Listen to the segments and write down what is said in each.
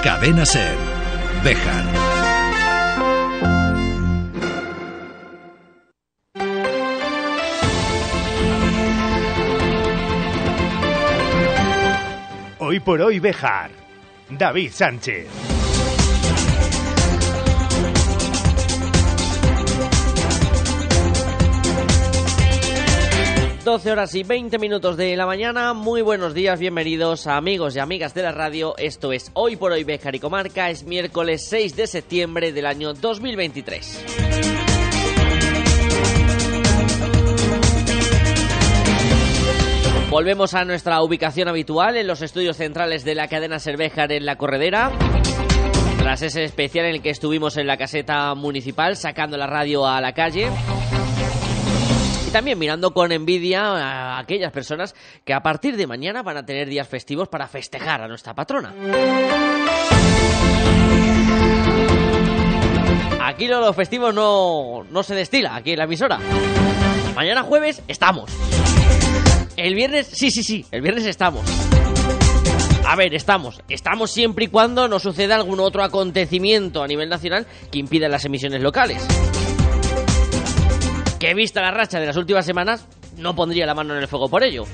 Cadena SER. Béjar. Hoy por hoy Béjar. David Sánchez. Horas y 20 minutos de la mañana. Muy buenos días, bienvenidos a amigos y amigas de la radio. Esto es Hoy por Hoy Béjar y Comarca. Es miércoles 6 de septiembre del año 2023. Volvemos a nuestra ubicación habitual en los estudios centrales de la cadena SER Béjar en La Corredera. Tras ese especial en el que estuvimos en la caseta municipal sacando la radio a la calle. También mirando con envidia a aquellas personas que a partir de mañana van a tener días festivos para festejar a nuestra patrona. Aquí lo festivo no se destila, aquí en la emisora. Mañana jueves estamos. El viernes, sí, el viernes estamos. A ver, estamos siempre y cuando no suceda algún otro acontecimiento a nivel nacional que impida las emisiones locales. Que vista la racha de las últimas semanas, no pondría la mano en el fuego por ello.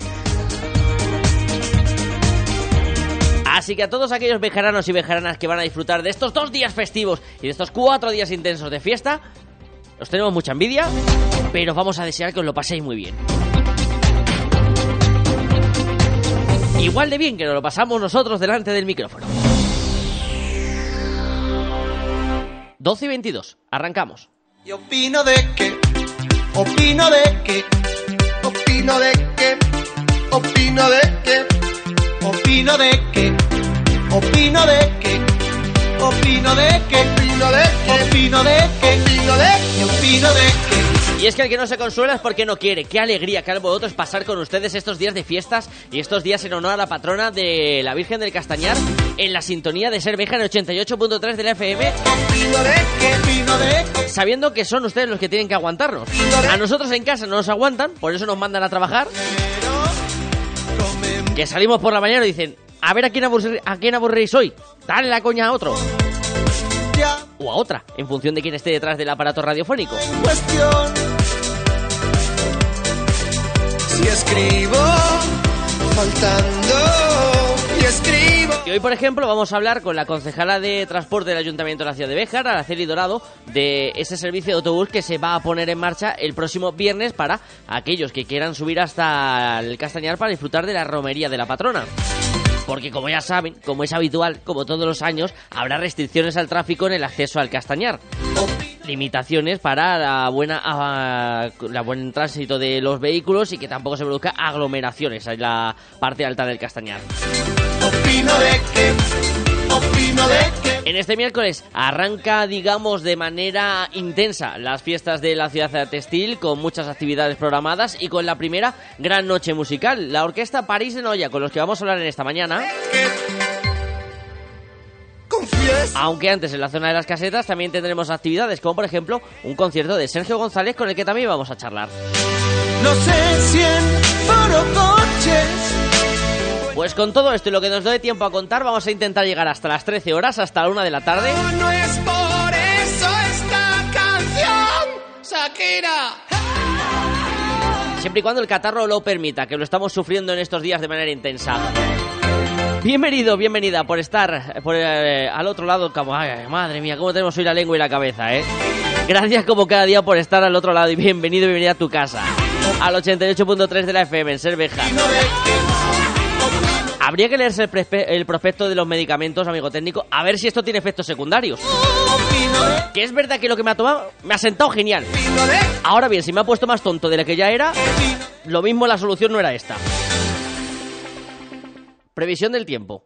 Así que a todos aquellos bejaranos y bejaranas que van a disfrutar de estos 2 días festivos y de estos 4 días intensos de fiesta, os tenemos mucha envidia, pero vamos a desear que os lo paséis muy bien. Igual de bien que nos lo pasamos nosotros delante del micrófono. 12:22, arrancamos. Y opino de que opino de que, opino de que, opino de que, opino de que, opino de que, opino de que, opino de que, opino de que, opino de que. Y es que el que no se consuela es porque no quiere. Qué alegría, qué alboroto es pasar con ustedes estos días de fiestas y estos días en honor a la patrona de la Virgen del Castañar en la sintonía de SER Béjar en 88.3 de la FM. Sabiendo que son ustedes los que tienen que aguantarnos. A nosotros en casa no nos aguantan, por eso nos mandan a trabajar. Que salimos por la mañana y dicen, a ver a quién aburréis hoy. Dale la coña a otro. O a otra, en función de quién esté detrás del aparato radiofónico. Cuestión. Si escribo faltando y escribo. Y hoy, por ejemplo, vamos a hablar con la concejala de transporte del Ayuntamiento de la Ciudad de Béjar, Araceli Dorado, de ese servicio de autobús que se va a poner en marcha el próximo viernes para aquellos que quieran subir hasta el Castañar para disfrutar de la romería de la patrona. Porque como ya saben, como es habitual, como todos los años, habrá restricciones al tráfico en el acceso al Castañar. Limitaciones para la buen tránsito de los vehículos y que tampoco se produzca aglomeraciones en la parte alta del Castañar. Opino de que, opino de que. En este miércoles arranca, digamos, de manera intensa las fiestas de la ciudad textil, con muchas actividades programadas y con la primera gran noche musical, la Orquesta París de Noia, con los que vamos a hablar en esta mañana. Aunque antes en la zona de las casetas también tendremos actividades, como por ejemplo un concierto de Sergio González con el que también vamos a charlar. No sé si en forocoches. Pues con todo esto y lo que nos dé tiempo a contar, vamos a intentar llegar hasta las 13 horas, hasta la 1 de la tarde. No es por eso esta canción, Shakira. Siempre y cuando el catarro lo permita, que lo estamos sufriendo en estos días de manera intensa. Bienvenido, bienvenida por estar al otro lado. Ay, madre mía, cómo tenemos hoy la lengua y la cabeza, ¿eh? Gracias como cada día por estar al otro lado y bienvenido y bienvenida a tu casa. Al 88.3 de la FM en SER Béjar. Habría que leerse el prospecto de los medicamentos, amigo técnico, a ver si esto tiene efectos secundarios. Que es verdad que lo que me ha tomado me ha sentado genial. Ahora bien, si me ha puesto más tonto de lo que ya era, lo mismo la solución no era esta. Previsión del tiempo.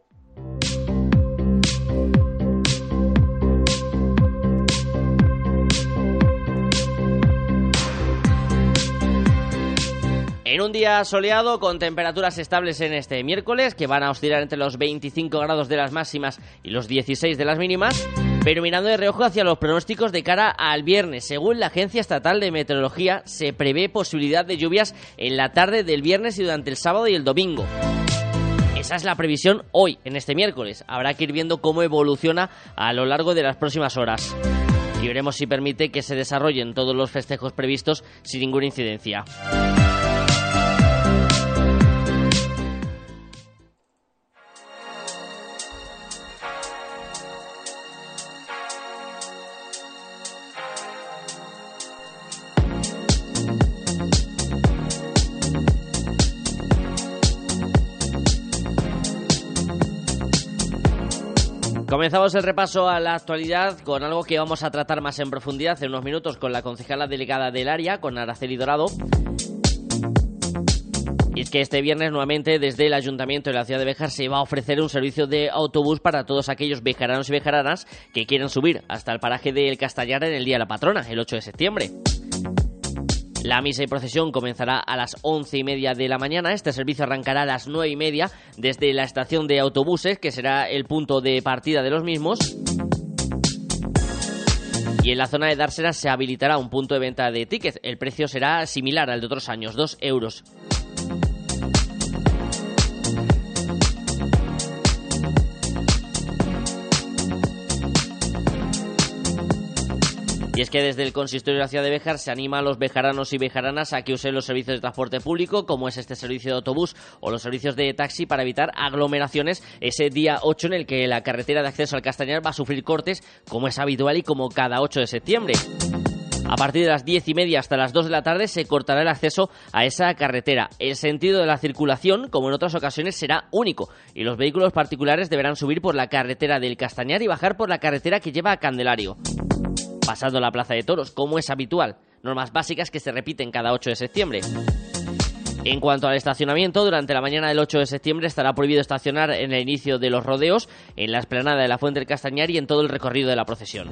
En un día soleado con temperaturas estables en este miércoles, que van a oscilar entre los 25 grados de las máximas y los 16 de las mínimas, pero mirando de reojo hacia los pronósticos de cara al viernes. Según la Agencia Estatal de Meteorología, se prevé posibilidad de lluvias en la tarde del viernes y durante el sábado y el domingo. Esa es la previsión hoy, en este miércoles. Habrá que ir viendo cómo evoluciona a lo largo de las próximas horas. Y veremos si permite que se desarrollen todos los festejos previstos sin ninguna incidencia. Comenzamos el repaso a la actualidad con algo que vamos a tratar más en profundidad en unos minutos con la concejala delegada del área, con Araceli Dorado. Y es que este viernes nuevamente desde el Ayuntamiento de la ciudad de Béjar se va a ofrecer un servicio de autobús para todos aquellos bejaranos y bejaranas que quieran subir hasta el paraje del Castañar en el Día de la Patrona, el 8 de septiembre. La misa y procesión comenzará a las 11:30 de la mañana. Este servicio arrancará a las 9:30 desde la estación de autobuses, que será el punto de partida de los mismos. Y en la zona de Dársena se habilitará un punto de venta de tickets. El precio será similar al de otros años, 2 euros. Y es que desde el consistorio de la ciudad de Béjar se anima a los bejaranos y bejaranas a que usen los servicios de transporte público, como es este servicio de autobús o los servicios de taxi, para evitar aglomeraciones ese día 8 en el que la carretera de acceso al Castañar va a sufrir cortes, como es habitual y como cada 8 de septiembre. A partir de las 10:30 hasta las 2 de la tarde se cortará el acceso a esa carretera. El sentido de la circulación, como en otras ocasiones, será único y los vehículos particulares deberán subir por la carretera del Castañar y bajar por la carretera que lleva a Candelario, pasando la Plaza de Toros, como es habitual. Normas básicas que se repiten cada 8 de septiembre. En cuanto al estacionamiento, durante la mañana del 8 de septiembre estará prohibido estacionar en el inicio de los rodeos, en la explanada de la Fuente del Castañar y en todo el recorrido de la procesión.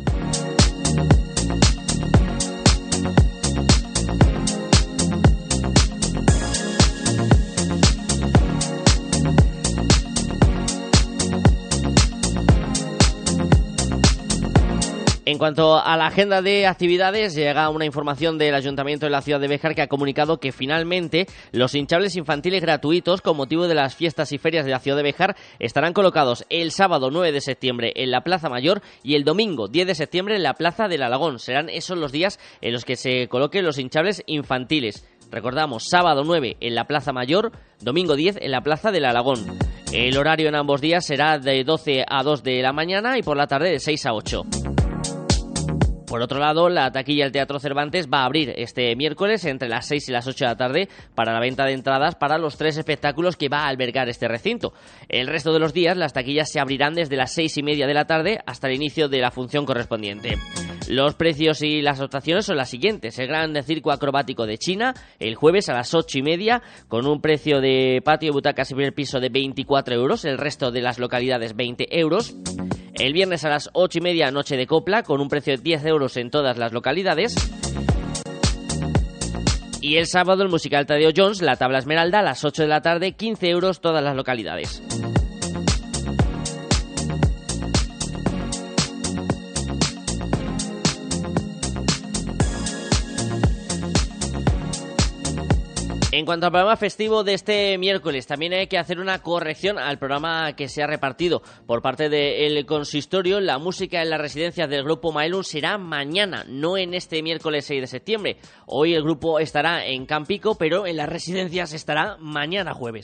En cuanto a la agenda de actividades, llega una información del Ayuntamiento de la ciudad de Béjar que ha comunicado que finalmente los hinchables infantiles gratuitos con motivo de las fiestas y ferias de la ciudad de Béjar estarán colocados el sábado 9 de septiembre en la Plaza Mayor y el domingo 10 de septiembre en la Plaza del Alagón. Serán esos los días en los que se coloquen los hinchables infantiles. Recordamos, sábado 9 en la Plaza Mayor, domingo 10 en la Plaza del Alagón. El horario en ambos días será de 12 a 2 de la mañana y por la tarde de 6 a 8. Por otro lado, la taquilla del Teatro Cervantes va a abrir este miércoles entre las 6 y las 8 de la tarde para la venta de entradas para los 3 espectáculos que va a albergar este recinto. El resto de los días las taquillas se abrirán desde las 6:30 de la tarde hasta el inicio de la función correspondiente. Los precios y las dotaciones son las siguientes. El Gran Circo Acrobático de China, el jueves a las 8:30, con un precio de patio y butacas y primer piso de 24 euros, el resto de las localidades 20 euros. El viernes a las 8:30, Noche de Copla, con un precio de 10 euros en todas las localidades. Y el sábado el musical Tadeo Jones, La Tabla Esmeralda, a las 8 de la tarde, 15 euros todas las localidades. En cuanto al programa festivo de este miércoles, también hay que hacer una corrección al programa que se ha repartido por parte del consistorio. La música en las residencias del grupo Maelun será mañana, no en este miércoles 6 de septiembre. Hoy el grupo estará en Campico, pero en las residencias estará mañana jueves.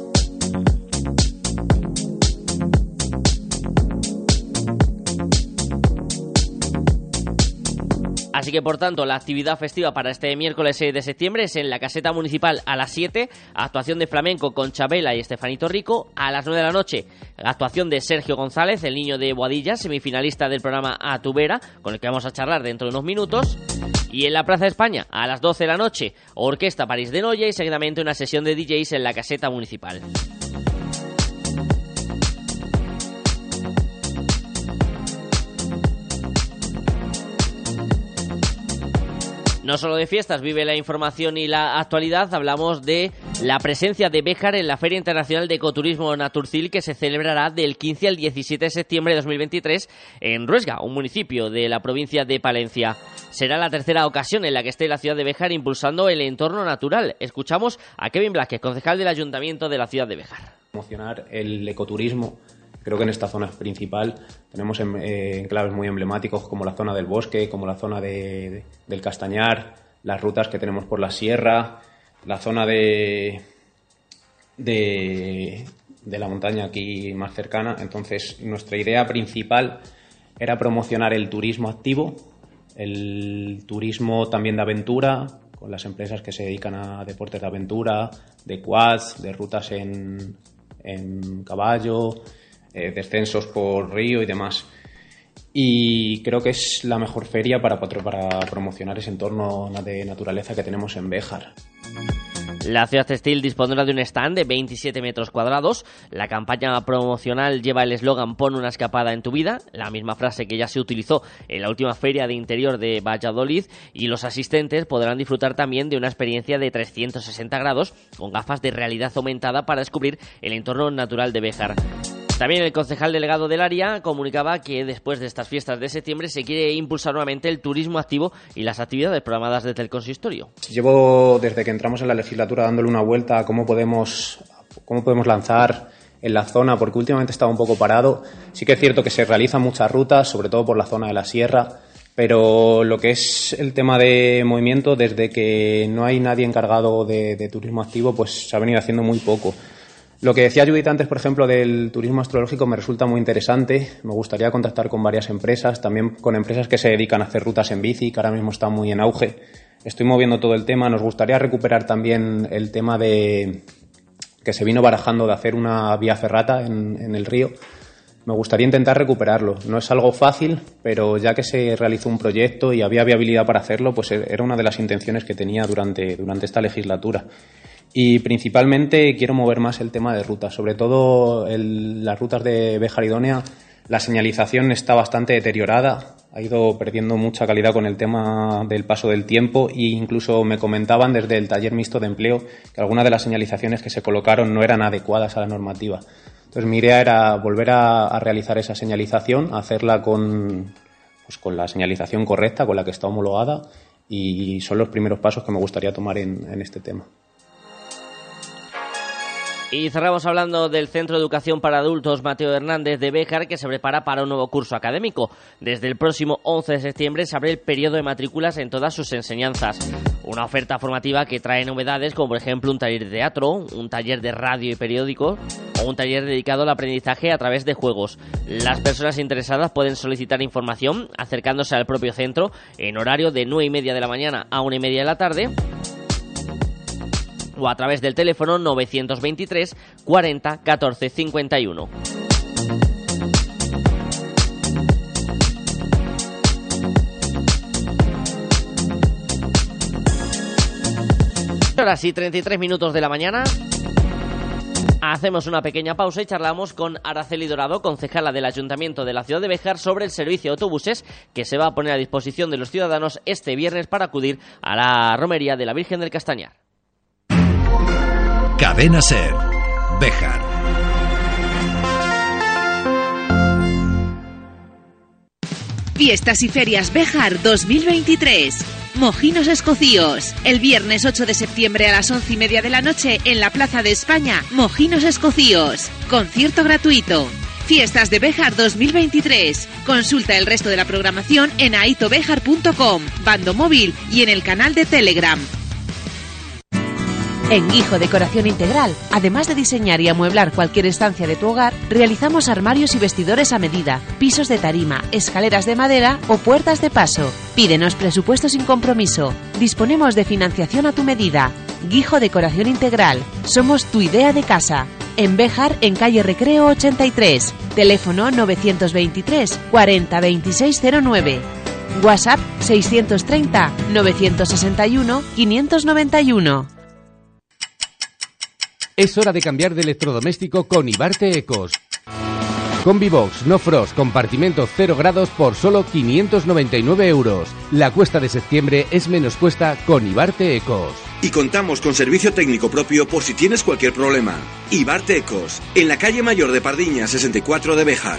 Así que, por tanto, la actividad festiva para este miércoles 6 de septiembre es en la caseta municipal a las 7, actuación de flamenco con Chabela y Estefanito Rico. A las 9 de la noche, actuación de Sergio González, el niño de Boadilla, semifinalista del programa A Tu Vera, con el que vamos a charlar dentro de unos minutos. Y en la Plaza de España, a las 12 de la noche, Orquesta París de Noia y seguidamente una sesión de DJs en la caseta municipal. No solo de fiestas vive la información y la actualidad, hablamos de la presencia de Béjar en la Feria Internacional de Ecoturismo Naturcil, que se celebrará del 15 al 17 de septiembre de 2023 en Ruesga, un municipio de la provincia de Palencia. Será la tercera ocasión en la que esté la ciudad de Béjar impulsando el entorno natural. Escuchamos a Kevin Blázquez, concejal del Ayuntamiento de la ciudad de Béjar. Promocionar el ecoturismo. Creo que en esta zona principal tenemos enclaves muy emblemáticos como la zona del Bosque, como la zona del Castañar, las rutas que tenemos por la sierra, la zona de la montaña aquí más cercana. Entonces, nuestra idea principal era promocionar el turismo activo, el turismo también de aventura, con las empresas que se dedican a deportes de aventura, de quads, de rutas en caballo, descensos por río y demás. Y creo que es la mejor feria para promocionar ese entorno de naturaleza que tenemos en Béjar. La ciudad textil dispondrá de un stand de 27 metros cuadrados. La campaña promocional lleva el eslogan «Pon una escapada en tu vida», la misma frase que ya se utilizó en la última feria de interior de Valladolid, y los asistentes podrán disfrutar también de una experiencia de 360 grados con gafas de realidad aumentada para descubrir el entorno natural de Béjar. También el concejal delegado del área comunicaba que después de estas fiestas de septiembre se quiere impulsar nuevamente el turismo activo y las actividades programadas desde el consistorio. Llevo desde que entramos en la legislatura dándole una vuelta a cómo podemos lanzar en la zona, porque últimamente estaba un poco parado. Sí que es cierto que se realizan muchas rutas, sobre todo por la zona de la sierra, pero lo que es el tema de movimiento, desde que no hay nadie encargado de turismo activo, pues se ha venido haciendo muy poco. Lo que decía Judith antes, por ejemplo, del turismo astrológico me resulta muy interesante. Me gustaría contactar con varias empresas, también con empresas que se dedican a hacer rutas en bici, que ahora mismo está muy en auge. Estoy moviendo todo el tema. Nos gustaría recuperar también el tema de que se vino barajando de hacer una vía ferrata en el río. Me gustaría intentar recuperarlo. No es algo fácil, pero ya que se realizó un proyecto y había viabilidad para hacerlo, pues era una de las intenciones que tenía durante esta legislatura. Y principalmente quiero mover más el tema de rutas, sobre todo las rutas de Béjar y Doña. La señalización está bastante deteriorada, ha ido perdiendo mucha calidad con el tema del paso del tiempo, e incluso me comentaban desde el taller mixto de empleo que algunas de las señalizaciones que se colocaron no eran adecuadas a la normativa. Entonces mi idea era volver a realizar esa señalización, hacerla con la señalización correcta, con la que está homologada, y son los primeros pasos que me gustaría tomar en este tema. Y cerramos hablando del Centro de Educación para Adultos Mateo Hernández de Béjar, que se prepara para un nuevo curso académico. Desde el próximo 11 de septiembre se abre el periodo de matrículas en todas sus enseñanzas. Una oferta formativa que trae novedades como, por ejemplo, un taller de teatro, un taller de radio y periódicos o un taller dedicado al aprendizaje a través de juegos. Las personas interesadas pueden solicitar información acercándose al propio centro en horario de 9:30 de la mañana a 1:30 de la tarde, o a través del teléfono 923 40 14 51. Ahora sí, 33 minutos de la mañana. Hacemos una pequeña pausa y charlamos con Araceli Dorado, concejala del Ayuntamiento de la ciudad de Béjar, sobre el servicio de autobuses que se va a poner a disposición de los ciudadanos este viernes para acudir a la romería de la Virgen del Castañar. Cadena SER, Béjar. Fiestas y Ferias Béjar 2023. Mojinos Escocíos. El viernes 8 de septiembre a las 11:30 de la noche en la Plaza de España, Mojinos Escocíos. Concierto gratuito. Fiestas de Béjar 2023. Consulta el resto de la programación en aitobejar.com, bando móvil y en el canal de Telegram. En Guijo Decoración Integral, además de diseñar y amueblar cualquier estancia de tu hogar, realizamos armarios y vestidores a medida, pisos de tarima, escaleras de madera o puertas de paso. Pídenos presupuesto sin compromiso. Disponemos de financiación a tu medida. Guijo Decoración Integral. Somos tu idea de casa. En Béjar, en calle Recreo 83. Teléfono 923 40 26 09. WhatsApp 630 961 591. Es hora de cambiar de electrodoméstico con Ibarte Ecos. Combibox No Frost, compartimento 0 grados por solo 599 euros. La cuesta de septiembre es menos cuesta con Ibarte Ecos. Y contamos con servicio técnico propio por si tienes cualquier problema. Ibarte Ecos, en la calle Mayor de Pardiña 64 de Béjar.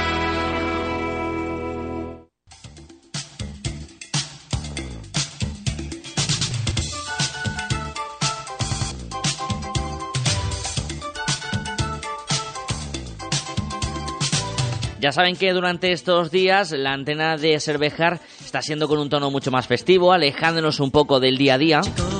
Ya saben que durante estos días la antena de Ser Béjar está siendo con un tono mucho más festivo, alejándonos un poco del día a día.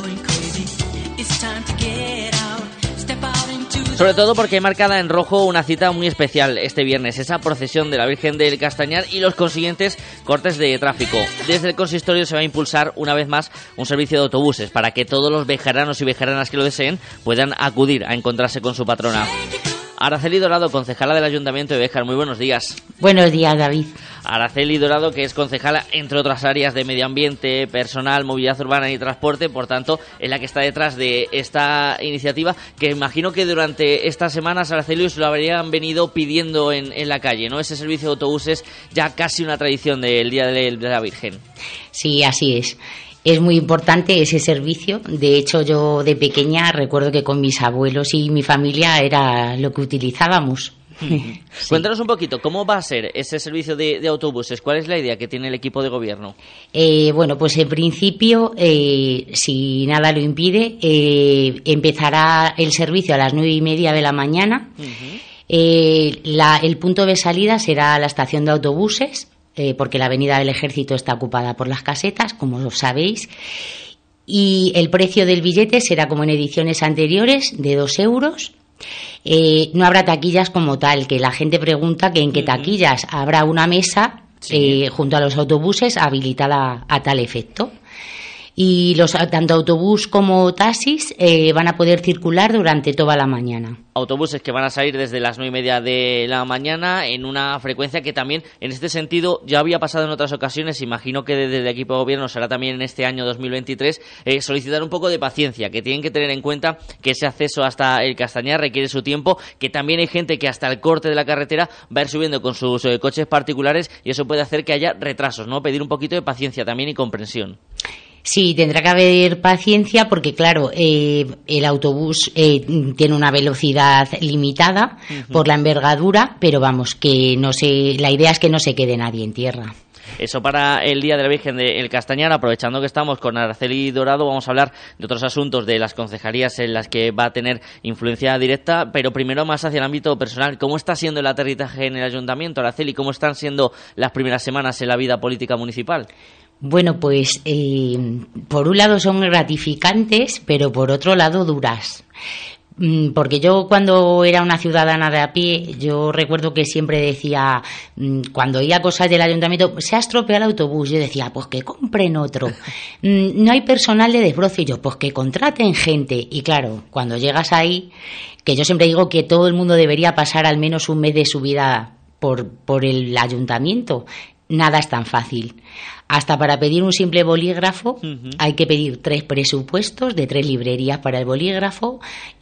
Sobre todo porque hay marcada en rojo una cita muy especial este viernes, esa procesión de la Virgen del Castañar y los consiguientes cortes de tráfico. Desde el consistorio se va a impulsar una vez más un servicio de autobuses para que todos los bejaranos y bejaranas que lo deseen puedan acudir a encontrarse con su patrona. Araceli Dorado, concejala del Ayuntamiento de Béjar, muy buenos días. Buenos días, David. Araceli Dorado, que es concejala, entre otras áreas de medio ambiente, personal, movilidad urbana y transporte, por tanto, es la que está detrás de esta iniciativa, que imagino que durante estas semanas, Araceli, os lo habrían venido pidiendo en la calle, ¿no? Ese servicio de autobuses, ya casi una tradición del Día de la Virgen. Sí, así es. Es muy importante ese servicio. De hecho, yo de pequeña recuerdo que con mis abuelos y mi familia era lo que utilizábamos. Sí. Cuéntanos un poquito, ¿cómo va a ser ese servicio de autobuses? ¿Cuál es la idea que tiene el equipo de gobierno? Bueno, pues en principio, si nada lo impide, empezará el servicio a las 9:30 de la mañana. El punto de salida será la estación de autobuses, porque la Avenida del Ejército está ocupada por las casetas, como sabéis, y el precio del billete será como en ediciones anteriores, de 2 euros. No habrá taquillas como tal, que la gente pregunta que en qué taquillas. Habrá una mesa junto a los autobuses habilitada a tal efecto. Y tanto autobús como taxis van a poder circular durante toda la mañana. Autobuses que van a salir desde las 9:30 de la mañana en una frecuencia que también, en este sentido, ya había pasado en otras ocasiones. Imagino que desde el equipo de gobierno será también en este año 2023 solicitar un poco de paciencia, que tienen que tener en cuenta que ese acceso hasta el Castañar requiere su tiempo, que también hay gente que hasta el corte de la carretera va a ir subiendo con sus coches particulares y eso puede hacer que haya retrasos, ¿no? Pedir un poquito de paciencia también y comprensión. Sí, tendrá que haber paciencia porque, claro, el autobús tiene una velocidad limitada por la envergadura, pero vamos, que no la idea es que no se quede nadie en tierra. Eso para el Día de la Virgen del Castañar. Aprovechando que estamos con Araceli Dorado, vamos a hablar de otros asuntos de las concejalías en las que va a tener influencia directa, pero primero más hacia el ámbito personal. ¿Cómo está siendo el aterrizaje en el Ayuntamiento, Araceli? ¿Cómo están siendo las primeras semanas en la vida política municipal? Bueno, pues por un lado son gratificantes, pero por otro lado duras. Porque yo cuando era una ciudadana de a pie, yo recuerdo que siempre decía, cuando oía cosas del ayuntamiento, se ha estropeado el autobús, yo decía, pues que compren otro. No hay personal de desbroce, y yo, pues que contraten gente. Y claro, cuando llegas ahí, que yo siempre digo que todo el mundo debería pasar al menos un mes de su vida por el ayuntamiento, nada es tan fácil. Hasta para pedir un simple bolígrafo hay que pedir 3 presupuestos de 3 librerías para el bolígrafo,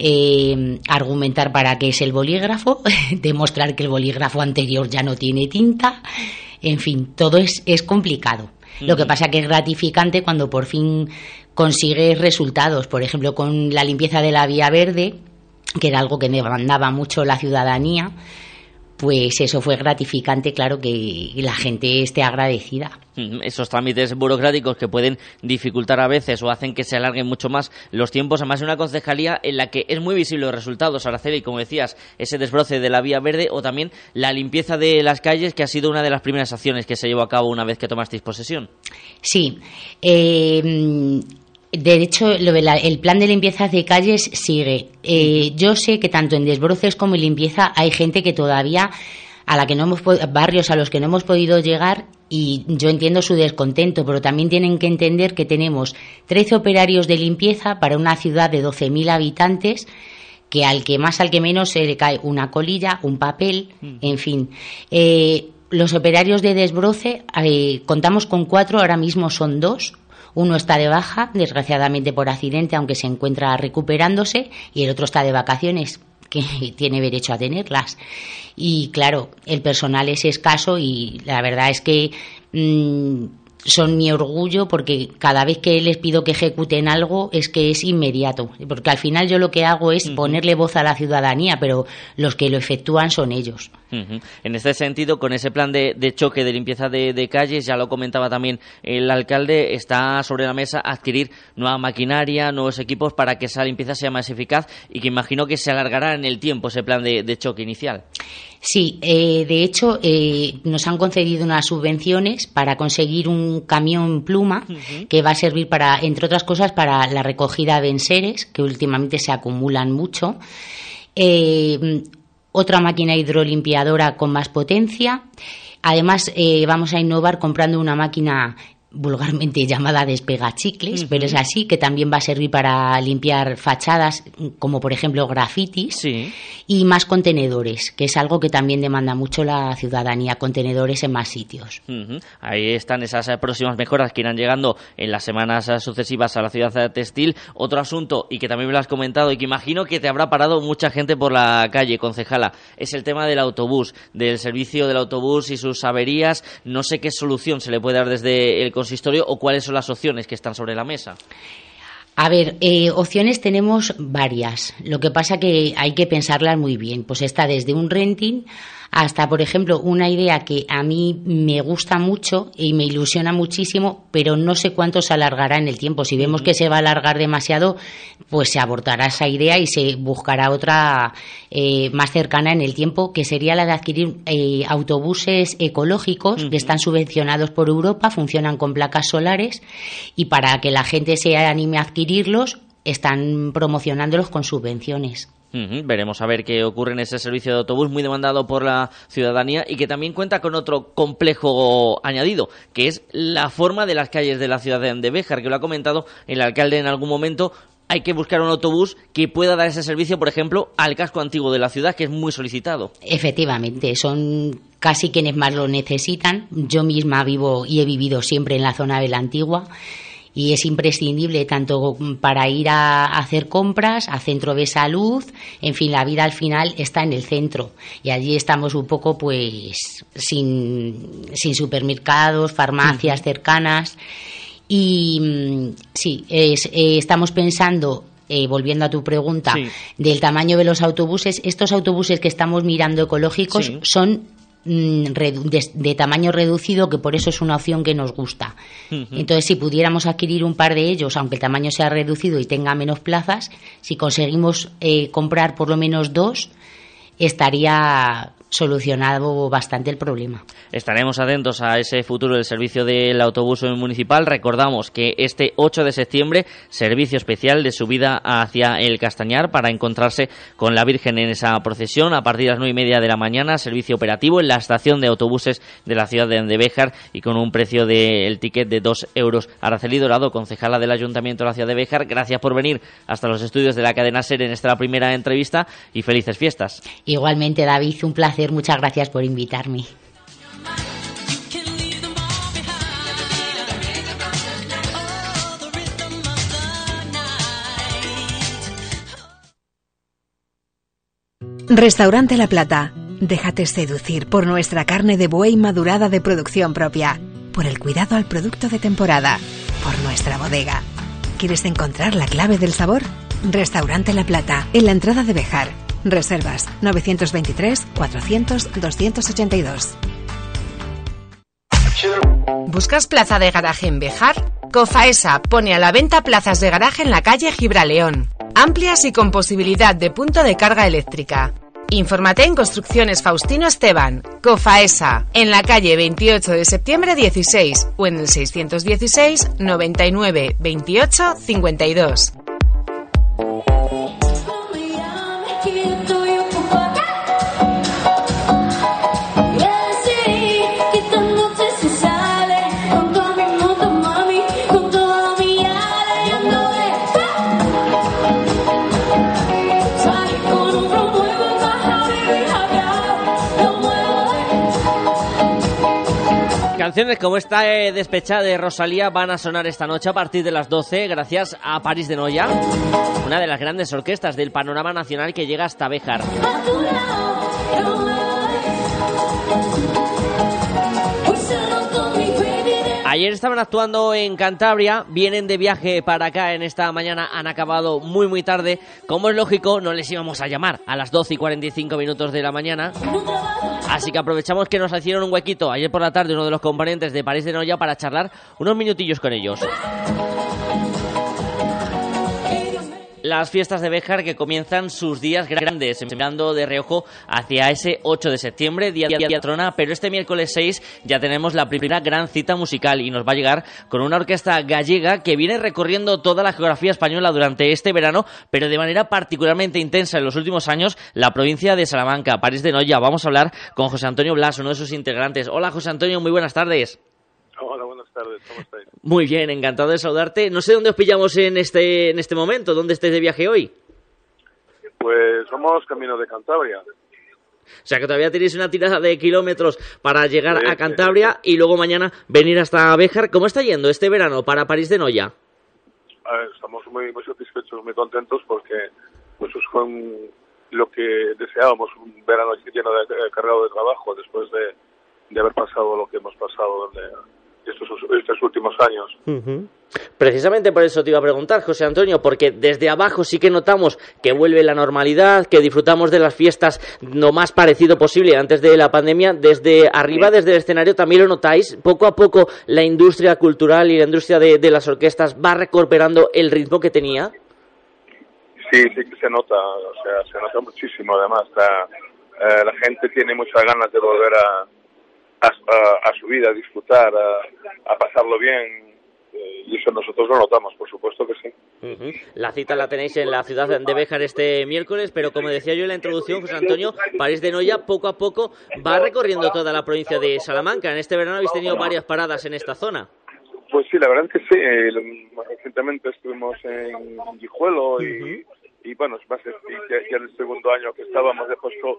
argumentar para qué es el bolígrafo, demostrar que el bolígrafo anterior ya no tiene tinta, en fin, todo es complicado. Lo que pasa que es gratificante cuando por fin consigues resultados, por ejemplo con la limpieza de la vía verde, que era algo que me demandaba mucho la ciudadanía. Pues eso fue gratificante, claro, que la gente esté agradecida. Esos trámites burocráticos que pueden dificultar a veces o hacen que se alarguen mucho más los tiempos, además de una concejalía en la que es muy visible los resultados, Araceli, como decías, ese desbroce de la vía verde o también la limpieza de las calles, que ha sido una de las primeras acciones que se llevó a cabo una vez que tomasteis posesión. Sí, de hecho, el plan de limpieza de calles sigue. Yo sé que tanto en desbroces como en limpieza hay gente que todavía, barrios a los que no hemos podido llegar, y yo entiendo su descontento, pero también tienen que entender que tenemos 13 operarios de limpieza para una ciudad de 12.000 habitantes, que al que más, al que menos, se le cae una colilla, un papel, en fin. Los operarios de desbroce, contamos con 4, ahora mismo son 2. Uno está de baja, desgraciadamente por accidente, aunque se encuentra recuperándose, y el otro está de vacaciones, que tiene derecho a tenerlas. Y claro, el personal es escaso y la verdad es que son mi orgullo, porque cada vez que les pido que ejecuten algo es que es inmediato, porque al final yo lo que hago es ponerle voz a la ciudadanía, pero los que lo efectúan son ellos. En este sentido, con ese plan de choque de limpieza de calles, ya lo comentaba también el alcalde, está sobre la mesa adquirir nueva maquinaria, nuevos equipos para que esa limpieza sea más eficaz y que imagino que se alargará en el tiempo ese plan de choque inicial. Sí, de hecho nos han concedido unas subvenciones para conseguir un camión pluma que va a servir para, entre otras cosas, para la recogida de enseres, que últimamente se acumulan mucho. Otra máquina hidrolimpiadora con más potencia. Además, vamos a innovar comprando una máquina vulgarmente llamada despegachicles, pero es así, que también va a servir para limpiar fachadas, como por ejemplo grafitis, y más contenedores, que es algo que también demanda mucho la ciudadanía, contenedores en más sitios. Ahí están esas próximas mejoras que irán llegando en las semanas sucesivas a la ciudad textil. Otro asunto, y que también me lo has comentado, y que imagino que te habrá parado mucha gente por la calle, concejala, es el tema del autobús, del servicio del autobús y sus averías. No sé qué solución se le puede dar desde el consistorio o cuáles son las opciones que están sobre la mesa. A ver, opciones tenemos varias. Lo que pasa que hay que pensarlas muy bien. Pues está desde un renting hasta, por ejemplo, una idea que a mí me gusta mucho y me ilusiona muchísimo, pero no sé cuánto se alargará en el tiempo. Si vemos que se va a alargar demasiado, pues se abortará esa idea y se buscará otra más cercana en el tiempo, que sería la de adquirir autobuses ecológicos que están subvencionados por Europa, funcionan con placas solares, y para que la gente se anime a adquirirlos, están promocionándolos con subvenciones. Veremos a ver qué ocurre en ese servicio de autobús muy demandado por la ciudadanía y que también cuenta con otro complejo añadido, que es la forma de las calles de la ciudad de Béjar, que lo ha comentado el alcalde en algún momento. Hay que buscar un autobús que pueda dar ese servicio, por ejemplo, al casco antiguo de la ciudad, que es muy solicitado. Efectivamente, son casi quienes más lo necesitan. Yo misma vivo y he vivido siempre en la zona de la Antigua, y es imprescindible tanto para ir a hacer compras, a centro de salud, en fin, la vida al final está en el centro y allí estamos un poco pues sin supermercados, farmacias cercanas, y sí, estamos pensando, volviendo a tu pregunta, del tamaño de los autobuses. Estos autobuses que estamos mirando ecológicos son de tamaño reducido, que por eso es una opción que nos gusta. Entonces, si pudiéramos adquirir un par de ellos, aunque el tamaño sea reducido y tenga menos plazas, si conseguimos comprar por lo menos 2, estaría solucionado bastante el problema. Estaremos atentos a ese futuro del servicio del autobús municipal. Recordamos que este 8 de septiembre, servicio especial de subida hacia el Castañar para encontrarse con la Virgen en esa procesión a partir de las 9:30 de la mañana, servicio operativo en la estación de autobuses de la ciudad de Béjar y con un precio del ticket de 2 euros. Araceli Dorado, concejala del Ayuntamiento de la ciudad de Béjar, gracias por venir hasta los estudios de la cadena SER en esta primera entrevista y felices fiestas. Igualmente, David, un placer. Muchas gracias por invitarme. Restaurante La Plata. Déjate seducir por nuestra carne de buey madurada de producción propia, por el cuidado al producto de temporada, por nuestra bodega. ¿Quieres encontrar la clave del sabor? Restaurante La Plata, en la entrada de Béjar. Reservas 923 400 282. ¿Buscas plaza de garaje en Béjar? Cofaesa pone a la venta plazas de garaje en la calle Gibraleón, amplias y con posibilidad de punto de carga eléctrica. Infórmate en Construcciones Faustino Esteban, Cofaesa, en la calle 28 de septiembre 16 o en el 616 99 28 52. Canciones como esta despechada de Rosalía van a sonar esta noche a partir de las 12 gracias a París de Noia, una de las grandes orquestas del panorama nacional que llega hasta Béjar. Ayer estaban actuando en Cantabria, vienen de viaje para acá en esta mañana, han acabado muy muy tarde. Como es lógico, no les íbamos a llamar a las 12:45 de la mañana. Así que aprovechamos que nos hicieron un huequito ayer por la tarde uno de los componentes de París de Noia para charlar unos minutillos con ellos. Las fiestas de Béjar que comienzan sus días grandes, mirando de reojo hacia ese 8 de septiembre, día patrona, pero este miércoles 6 ya tenemos la primera gran cita musical y nos va a llegar con una orquesta gallega que viene recorriendo toda la geografía española durante este verano, pero de manera particularmente intensa en los últimos años, la provincia de Salamanca, París de Noia. Vamos a hablar con José Antonio Blas, uno de sus integrantes. Hola José Antonio, muy buenas tardes. Hola, buenas tardes, ¿cómo estáis? Muy bien, encantado de saludarte. No sé dónde os pillamos en este momento, ¿dónde estáis de viaje hoy? Pues somos camino de Cantabria. O sea que todavía tenéis una tirada de kilómetros para llegar a Cantabria y luego mañana venir hasta Béjar. ¿Cómo está yendo este verano para París de Noia? Estamos muy satisfechos, muy contentos porque pues fue lo que deseábamos, un verano lleno de cargado de trabajo después de haber pasado lo que hemos pasado estos últimos años. Uh-huh. Precisamente por eso te iba a preguntar, José Antonio, porque desde abajo sí que notamos que vuelve la normalidad, que disfrutamos de las fiestas lo más parecido posible antes de la pandemia. Desde arriba, desde el escenario, también lo notáis. Poco a poco la industria cultural y la industria de las orquestas va recuperando el ritmo que tenía. Sí que se nota, o sea, se nota muchísimo. Además, la gente tiene muchas ganas de volver a su vida, a disfrutar, a pasarlo bien, y eso nosotros lo notamos, por supuesto que sí. Uh-huh. La cita la tenéis en la ciudad de Béjar este miércoles, pero como decía yo en la introducción, José Antonio, París de Noia poco a poco va recorriendo toda la provincia de Salamanca. En este verano habéis tenido varias paradas en esta zona. Pues sí, la verdad es que sí. Recientemente estuvimos en Guijuelo y bueno, ya el segundo año que estábamos de puesto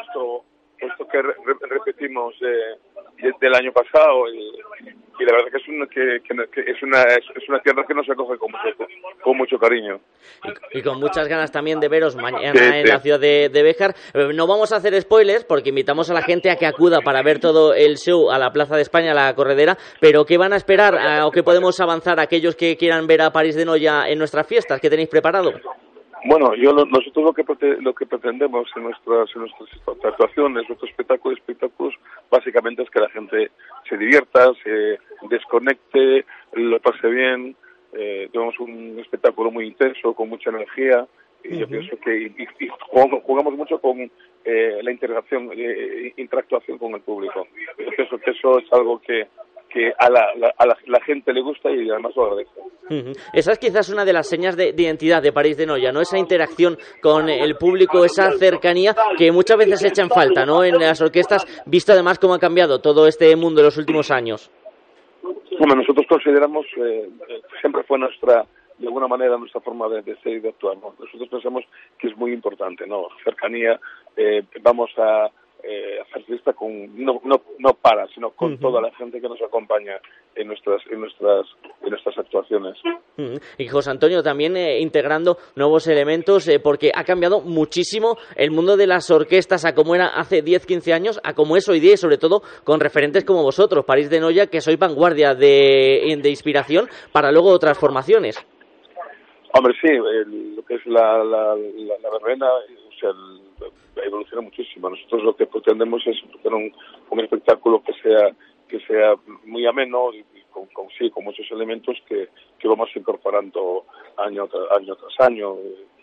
que repetimos del año pasado y la verdad que es una tierra que nos acoge con mucho cariño y con muchas ganas también de veros mañana en la ciudad de Béjar. No vamos a hacer spoilers porque invitamos a la gente a que acuda para ver todo el show a la Plaza de España, a la Corredera, pero ¿qué van a esperar o qué podemos avanzar a aquellos que quieran ver a París de Noia en nuestras fiestas? ¿Qué tenéis preparado? Bueno, nosotros lo que pretendemos en nuestras actuaciones, nuestros espectáculos, básicamente es que la gente se divierta, se desconecte, lo pase bien. Tenemos un espectáculo muy intenso, con mucha energía, y yo pienso que jugamos mucho con la interactuación con el público. Yo pienso que eso es algo que a la gente le gusta y además lo agradece. Uh-huh. Esa es quizás una de las señas de identidad de París de Noia, ¿no? Esa interacción con el público, esa cercanía que muchas veces se echa en falta, ¿no? En las orquestas, visto además cómo ha cambiado todo este mundo en los últimos años. Bueno, nosotros consideramos, siempre fue de alguna manera nuestra forma de ser y de actuar, ¿no? Nosotros pensamos que es muy importante, ¿no? Cercanía, vamos a hacer fiesta no para, sino con toda la gente que nos acompaña en nuestras actuaciones. Y José Antonio también integrando nuevos elementos porque ha cambiado muchísimo el mundo de las orquestas a como era hace 10-15 años a como es hoy día, y sobre todo con referentes como vosotros, París de Noia, que sois vanguardia de inspiración para luego otras formaciones. Hombre, sí, lo que es la verbena, o sea, evoluciona muchísimo. Nosotros lo que pretendemos es tener un espectáculo que sea muy ameno y con muchos elementos que vamos incorporando año tras año.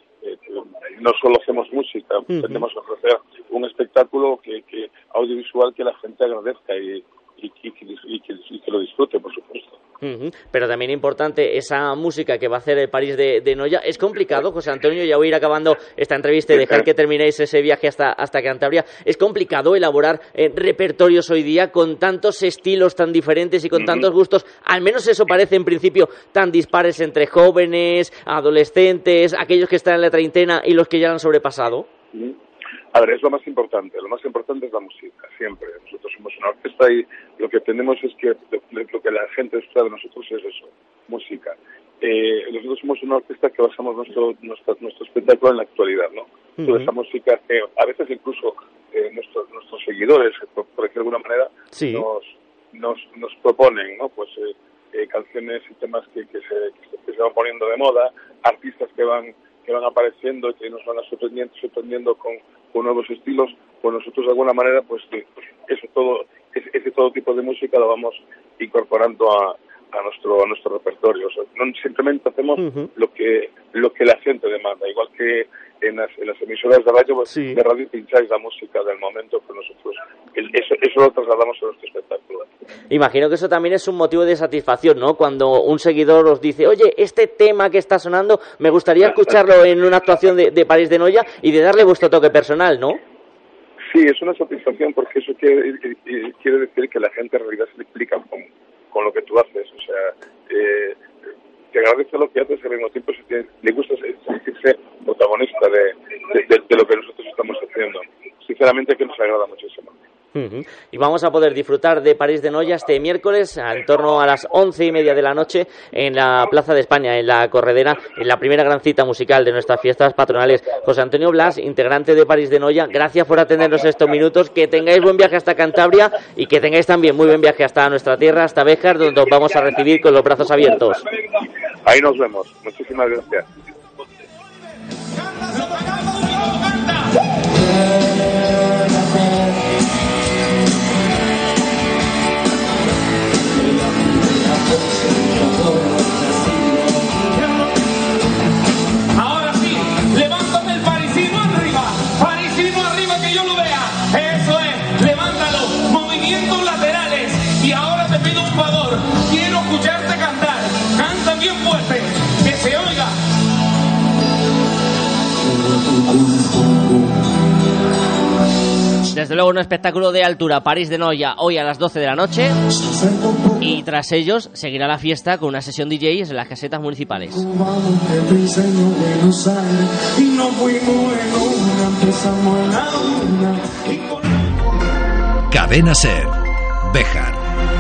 No solo hacemos música, pretendemos ofrecer un espectáculo que audiovisual que la gente agradezca y que lo disfrute, por supuesto. Pero también importante esa música que va a hacer el París de Noia. Es complicado, José Antonio, ya voy a ir acabando esta entrevista y dejar que terminéis ese viaje hasta Cantabria. Es complicado elaborar repertorios hoy día con tantos estilos tan diferentes y con tantos gustos, al menos eso parece en principio, tan dispares entre jóvenes, adolescentes, aquellos que están en la treintena y los que ya lo han sobrepasado. A ver, es lo más importante es la música, siempre. Nosotros somos una orquesta y lo que tenemos es que lo que la gente espera de nosotros es eso, música. Nosotros somos una orquesta que basamos nuestro espectáculo en la actualidad, ¿no? Toda esa música que a veces incluso nuestros seguidores, por decir de alguna manera, nos proponen, ¿no? Pues canciones y temas que se van poniendo de moda, artistas que van apareciendo y que nos van sorprendiendo con nuevos estilos, pues nosotros de alguna manera pues ese todo tipo de música lo vamos incorporando a nuestro repertorio. O sea, no simplemente hacemos lo que la gente demanda, igual que en las emisoras de radio, pues, de radio pincháis la música del momento, pues nosotros eso lo trasladamos a nuestro espectáculo. Imagino que eso también es un motivo de satisfacción, ¿no? Cuando un seguidor os dice, oye, este tema que está sonando, me gustaría escucharlo en una actuación de París de Noia y de darle vuestro toque personal, ¿no? Sí, es una satisfacción porque eso quiere decir que la gente en realidad se le explica con lo que tú haces, o sea, te agradece lo que haces y al mismo tiempo le gusta sentirse protagonista de lo que nosotros estamos haciendo. Sinceramente que nos agrada muchísimo. Y vamos a poder disfrutar de París de Noia este miércoles en torno a las 11:30 de la noche en la Plaza de España, en la Corredera, en la primera gran cita musical de nuestras fiestas patronales. José Antonio Blas, integrante de París de Noia, gracias por atendernos estos minutos, que tengáis buen viaje hasta Cantabria y que tengáis también muy buen viaje hasta nuestra tierra, hasta Béjar, donde os vamos a recibir con los brazos abiertos. Ahí nos vemos, muchísimas gracias. Ahora sí, levántame el parisino arriba que yo lo vea. Eso es, levántalo, movimientos laterales. Y ahora te pido un favor, quiero escucharte cantar. Canta bien fuerte, que se oiga. Desde luego un espectáculo de altura, París de Noia, hoy a las 12 de la noche, y tras ellos seguirá la fiesta con una sesión DJ en las casetas municipales. Cadena SER, Béjar.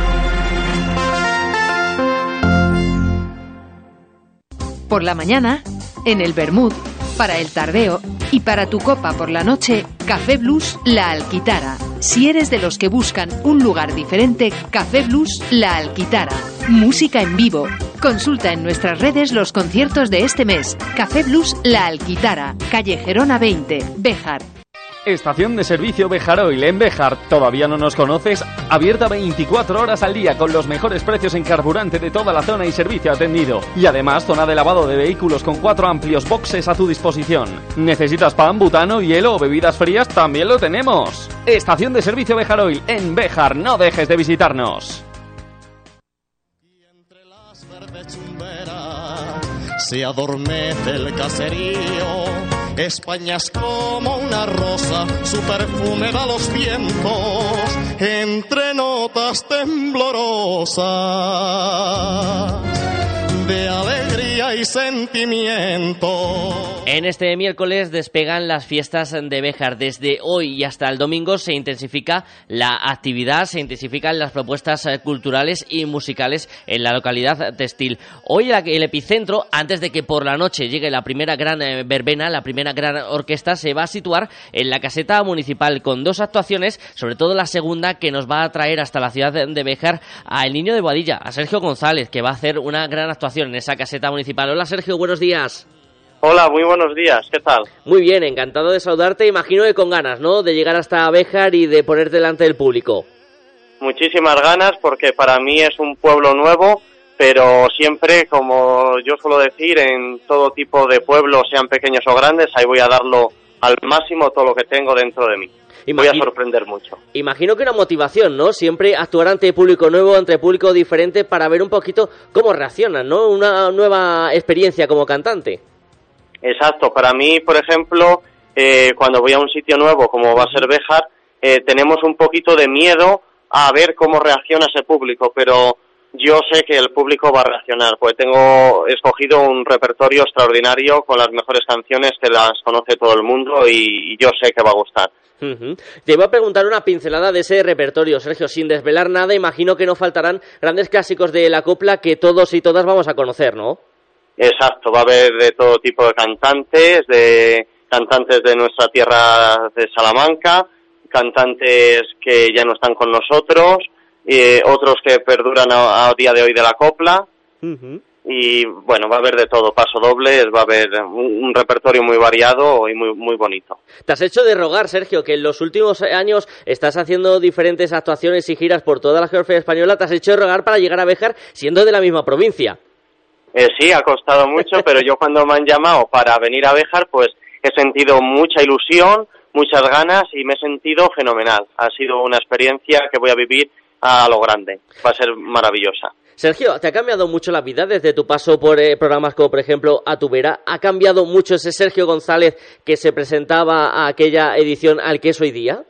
Por la mañana, en el Bermud, para el tardeo y para tu copa por la noche, Café Blues La Alquitara. Si eres de los que buscan un lugar diferente, Café Blues La Alquitara. Música en vivo. Consulta en nuestras redes los conciertos de este mes. Café Blues La Alquitara, calle Gerona 20, Béjar. Estación de servicio Bejaroil en Béjar. ¿Todavía no nos conoces? Abierta 24 horas al día con los mejores precios en carburante de toda la zona y servicio atendido. Y además zona de lavado de vehículos con 4 amplios boxes a tu disposición. ¿Necesitas pan, butano, hielo o bebidas frías? También lo tenemos. Estación de servicio Bejaroil en Béjar. No dejes de visitarnos. Se adormece el caserío. España es como una rosa, su perfume da los vientos entre notas temblorosas de alegría y sentimiento. En este miércoles despegan las fiestas de Béjar. Desde hoy y hasta el domingo se intensifica la actividad, se intensifican las propuestas culturales y musicales en la localidad textil. Hoy el epicentro, antes de que por la noche llegue la primera gran verbena, la primera gran orquesta, se va a situar en la caseta municipal con 2 actuaciones, sobre todo la segunda, que nos va a traer hasta la ciudad de Béjar a El Niño de Boadilla, a Sergio González, que va a hacer una gran actuación en esa caseta municipal. Hola Sergio, buenos días. Hola, muy buenos días, ¿qué tal? Muy bien, encantado de saludarte, imagino que con ganas, ¿no?, de llegar hasta Béjar y de ponerte delante del público. Muchísimas ganas, porque para mí es un pueblo nuevo, pero siempre, como yo suelo decir, en todo tipo de pueblos, sean pequeños o grandes, ahí voy a darlo al máximo todo lo que tengo dentro de mí. Voy a sorprender mucho. Imagino que una motivación, ¿no? Siempre actuar ante público nuevo, ante público diferente, para ver un poquito cómo reaccionan, ¿no? Una nueva experiencia como cantante. Exacto. Para mí, por ejemplo, cuando voy a un sitio nuevo, como va a ser Béjar, tenemos un poquito de miedo a ver cómo reacciona ese público, pero yo sé que el público va a reaccionar, porque tengo escogido un repertorio extraordinario con las mejores canciones que las conoce todo el mundo y yo sé que va a gustar. Te iba a preguntar una pincelada de ese repertorio, Sergio, sin desvelar nada. Imagino que no faltarán grandes clásicos de la copla que todos y todas vamos a conocer, ¿no? Exacto, va a haber de todo tipo de cantantes de nuestra tierra de Salamanca, cantantes que ya no están con nosotros, otros que perduran a día de hoy de la copla. Y bueno, va a haber de todo, pasodobles, va a haber un repertorio muy variado y muy, muy bonito. Te has hecho de rogar, Sergio, que en los últimos años estás haciendo diferentes actuaciones y giras por toda la geografía española. Te has hecho de rogar para llegar a Béjar siendo de la misma provincia. Sí, ha costado mucho, pero yo cuando me han llamado para venir a Béjar, pues he sentido mucha ilusión, muchas ganas y me he sentido fenomenal. Ha sido una experiencia que voy a vivir a lo grande. Va a ser maravillosa. Sergio, ¿te ha cambiado mucho la vida desde tu paso por programas como, por ejemplo, A tu Vera? ¿Ha cambiado mucho ese Sergio González que se presentaba a aquella edición al que es hoy día?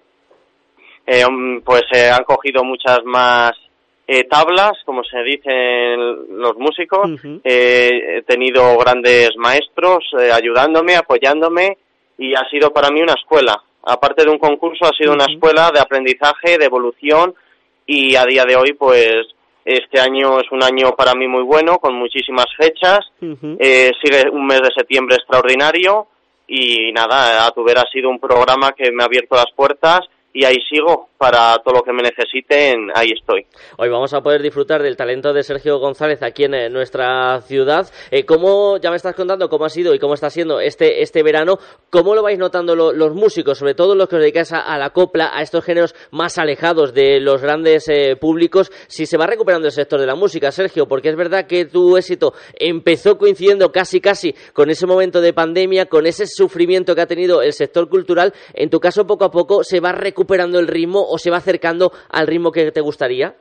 Pues han cogido muchas más tablas, como se dicen los músicos. He tenido grandes maestros ayudándome, apoyándome, y ha sido para mí una escuela. Aparte de un concurso, ha sido una escuela de aprendizaje, de evolución, y a día de hoy, pues, este año es un año para mí muy bueno, con muchísimas fechas. Sigue un mes de septiembre extraordinario y nada, A tu Vera ha sido un programa que me ha abierto las puertas y ahí sigo, para todo lo que me necesiten, ahí estoy. Hoy vamos a poder disfrutar del talento de Sergio González aquí en nuestra ciudad. ¿Cómo, ya me estás contando cómo ha sido y cómo está siendo este verano? ¿Cómo lo vais notando los músicos, sobre todo los que os dedicáis a la copla, a estos géneros más alejados de los grandes públicos? Si se va recuperando el sector de la música, Sergio, porque es verdad que tu éxito empezó coincidiendo casi con ese momento de pandemia, con ese sufrimiento que ha tenido el sector cultural. En tu caso, poco a poco, ¿se va recuperando el ritmo o se va acercando al ritmo que te gustaría?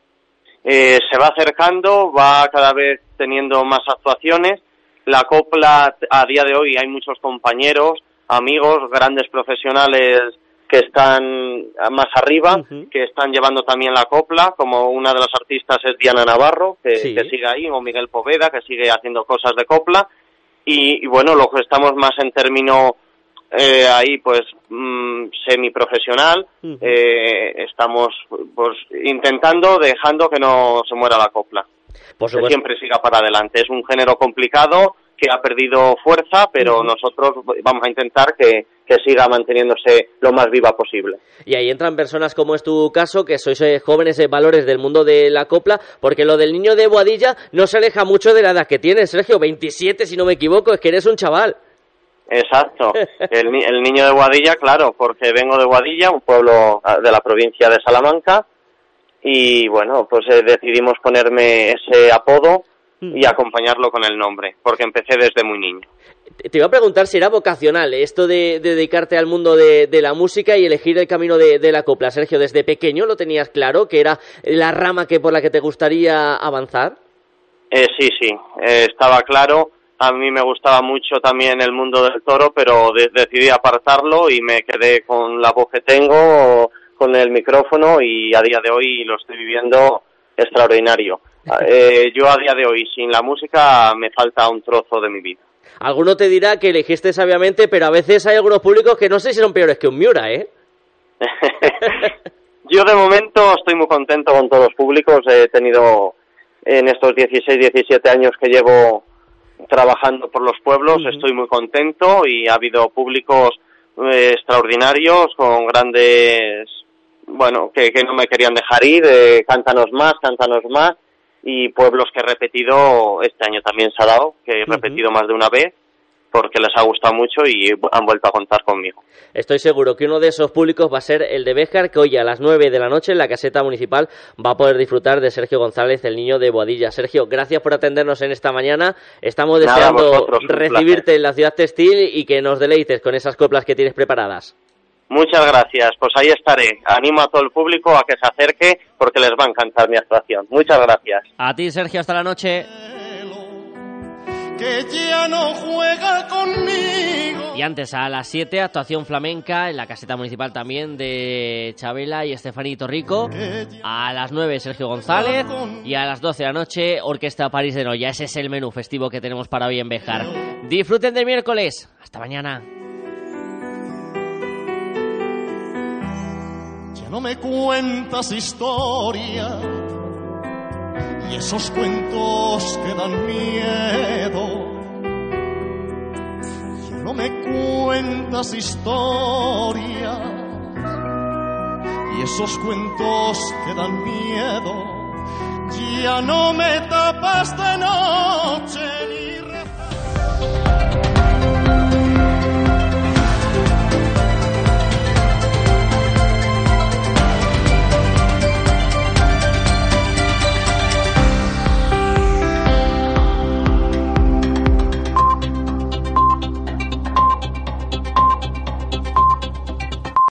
Se va acercando, va cada vez teniendo más actuaciones. La copla, a día de hoy, hay muchos compañeros, amigos, grandes profesionales que están más arriba, que están llevando también la copla, como una de las artistas es Diana Navarro, que sigue ahí, o Miguel Poveda, que sigue haciendo cosas de copla. Y bueno, lo que estamos más en término ahí, pues, semiprofesional, estamos pues intentando, dejando que no se muera la copla. Por supuesto. Que siempre siga para adelante. Es un género complicado, que ha perdido fuerza, pero nosotros vamos a intentar que siga manteniéndose lo más viva posible. Y ahí entran personas como es tu caso, que sois jóvenes valores del mundo de la copla, porque lo del niño de Boadilla no se aleja mucho de la edad que tienes, Sergio, 27 si no me equivoco, es que eres un chaval. Exacto, el niño de Boadilla, claro, porque vengo de Boadilla, un pueblo de la provincia de Salamanca, y bueno, pues decidimos ponerme ese apodo y acompañarlo con el nombre, porque empecé desde muy niño. Te iba a preguntar si era vocacional esto de dedicarte al mundo de la música y elegir el camino de la copla. Sergio, ¿desde pequeño lo tenías claro, que era la rama por la que te gustaría avanzar? Sí, estaba claro. A mí me gustaba mucho también el mundo del toro, pero decidí apartarlo y me quedé con la voz que tengo, con el micrófono, y a día de hoy lo estoy viviendo extraordinario. Yo a día de hoy, sin la música, me falta un trozo de mi vida. Alguno te dirá que elegiste sabiamente, pero a veces hay algunos públicos que no sé si son peores que un Miura, ¿eh? Yo de momento estoy muy contento con todos los públicos. He tenido en estos 16, 17 años que llevo trabajando por los pueblos, estoy muy contento, y ha habido públicos extraordinarios, con grandes, bueno, que no me querían dejar ir, cántanos más, y pueblos que he repetido, este año también se ha dado, que he repetido más de una vez, porque les ha gustado mucho y han vuelto a contar conmigo. Estoy seguro que uno de esos públicos va a ser el de Béjar, que hoy a las 9 de la noche en la caseta municipal va a poder disfrutar de Sergio González, el niño de Boadilla. Sergio, gracias por atendernos en esta mañana. Estamos deseando recibirte en la ciudad textil y que nos deleites con esas coplas que tienes preparadas. Muchas gracias, pues ahí estaré. Animo a todo el público a que se acerque, porque les va a encantar mi actuación. Muchas gracias. A ti, Sergio, hasta la noche. Que ya no juega conmigo. Y antes, a las 7, actuación flamenca en la caseta municipal también de Chabela y Estefaní Torrico. A las 9, Sergio González. Y a las 12 de la noche, Orquesta París de Noia. Ese es el menú festivo que tenemos para hoy en Béjar. Disfruten del miércoles. Hasta mañana. Ya no me cuentas historia, y esos cuentos que dan miedo. Ya no me cuentas historias, y esos cuentos que dan miedo, ya no me tapas de noche.